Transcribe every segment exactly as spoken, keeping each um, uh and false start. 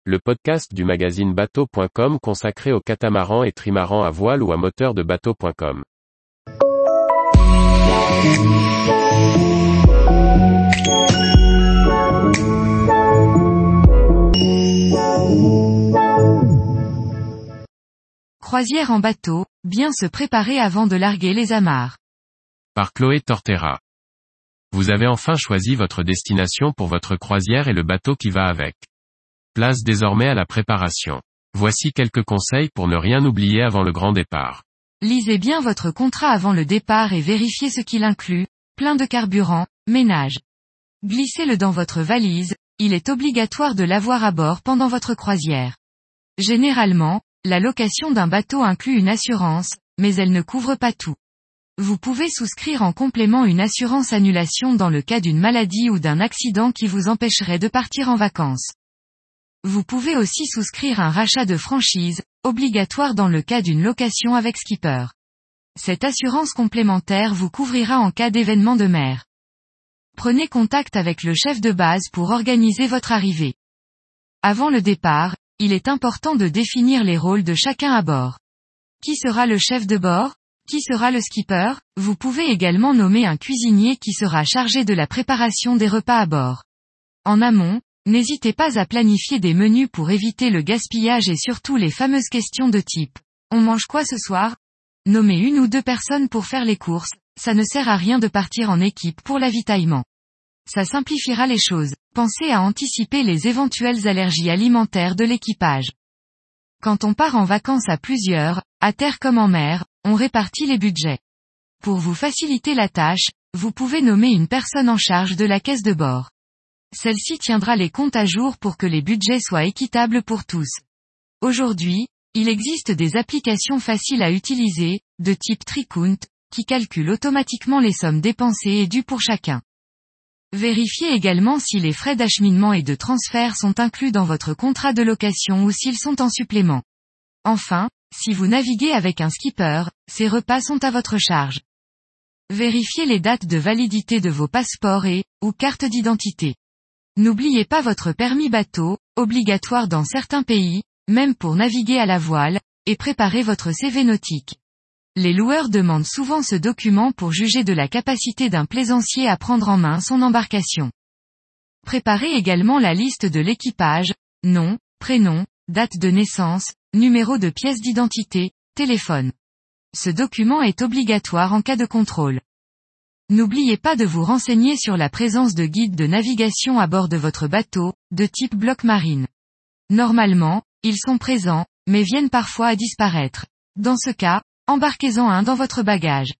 le podcast du magazine bateau point com consacré aux catamarans et trimarans à voile ou à moteur de bateau point com. Croisière en bateau, bien se préparer avant de larguer les amarres. Par Chloé Tortera. Vous avez enfin choisi votre destination pour votre croisière et le bateau qui va avec. Place désormais à la préparation. Voici quelques conseils pour ne rien oublier avant le grand départ. Lisez bien votre contrat avant le départ et vérifiez ce qu'il inclut, plein de carburant, ménage. Glissez-le dans votre valise, il est obligatoire de l'avoir à bord pendant votre croisière. Généralement, la location d'un bateau inclut une assurance, mais elle ne couvre pas tout. Vous pouvez souscrire en complément une assurance annulation dans le cas d'une maladie ou d'un accident qui vous empêcherait de partir en vacances. Vous pouvez aussi souscrire un rachat de franchise, obligatoire dans le cas d'une location avec skipper. Cette assurance complémentaire vous couvrira en cas d'événement de mer. Prenez contact avec le chef de base pour organiser votre arrivée. Avant le départ, il est important de définir les rôles de chacun à bord. Qui sera le chef de bord? Qui sera le skipper? Vous pouvez également nommer un cuisinier qui sera chargé de la préparation des repas à bord. En amont, n'hésitez pas à planifier des menus pour éviter le gaspillage et surtout les fameuses questions de type « On mange quoi ce soir ?» Nommez une ou deux personnes pour faire les courses, ça ne sert à rien de partir en équipe pour l'avitaillement. Ça simplifiera les choses. Pensez à anticiper les éventuelles allergies alimentaires de l'équipage. Quand on part en vacances à plusieurs, à terre comme en mer, on répartit les budgets. Pour vous faciliter la tâche, vous pouvez nommer une personne en charge de la caisse de bord. Celle-ci tiendra les comptes à jour pour que les budgets soient équitables pour tous. Aujourd'hui, il existe des applications faciles à utiliser, de type TriCount, qui calculent automatiquement les sommes dépensées et dues pour chacun. Vérifiez également si les frais d'acheminement et de transfert sont inclus dans votre contrat de location ou s'ils sont en supplément. Enfin, si vous naviguez avec un skipper, ces repas sont à votre charge. Vérifiez les dates de validité de vos passeports et, ou cartes d'identité. N'oubliez pas votre permis bateau, obligatoire dans certains pays, même pour naviguer à la voile, et préparez votre C V nautique. Les loueurs demandent souvent ce document pour juger de la capacité d'un plaisancier à prendre en main son embarcation. Préparez également la liste de l'équipage, nom, prénom, date de naissance, numéro de pièce d'identité, téléphone. Ce document est obligatoire en cas de contrôle. N'oubliez pas de vous renseigner sur la présence de guides de navigation à bord de votre bateau, de type bloc marine. Normalement, ils sont présents, mais viennent parfois à disparaître. Dans ce cas, embarquez-en un dans votre bagage.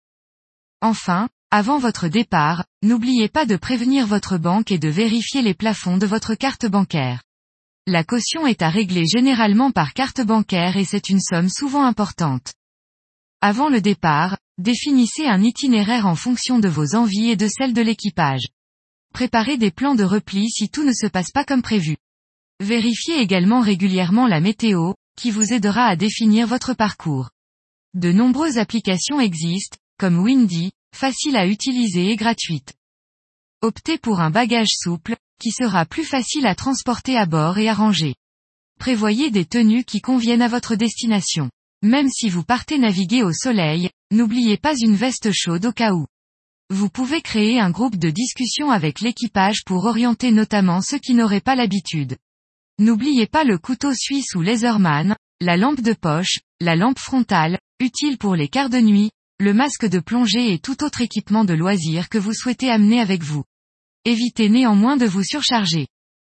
Enfin, avant votre départ, n'oubliez pas de prévenir votre banque et de vérifier les plafonds de votre carte bancaire. La caution est à régler généralement par carte bancaire et c'est une somme souvent importante. Avant le départ, définissez un itinéraire en fonction de vos envies et de celles de l'équipage. Préparez des plans de repli si tout ne se passe pas comme prévu. Vérifiez également régulièrement la météo, qui vous aidera à définir votre parcours. De nombreuses applications existent, comme Windy, facile à utiliser et gratuite. Optez pour un bagage souple, qui sera plus facile à transporter à bord et à ranger. Prévoyez des tenues qui conviennent à votre destination. Même si vous partez naviguer au soleil, n'oubliez pas une veste chaude au cas où. Vous pouvez créer un groupe de discussion avec l'équipage pour orienter notamment ceux qui n'auraient pas l'habitude. N'oubliez pas le couteau suisse ou laserman, la lampe de poche, la lampe frontale, utile pour les quarts de nuit, le masque de plongée et tout autre équipement de loisir que vous souhaitez amener avec vous. Évitez néanmoins de vous surcharger.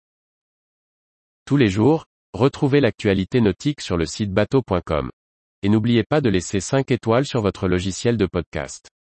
Tous les jours, retrouvez l'actualité nautique sur le site bateau point com. Et n'oubliez pas de laisser cinq étoiles sur votre logiciel de podcast.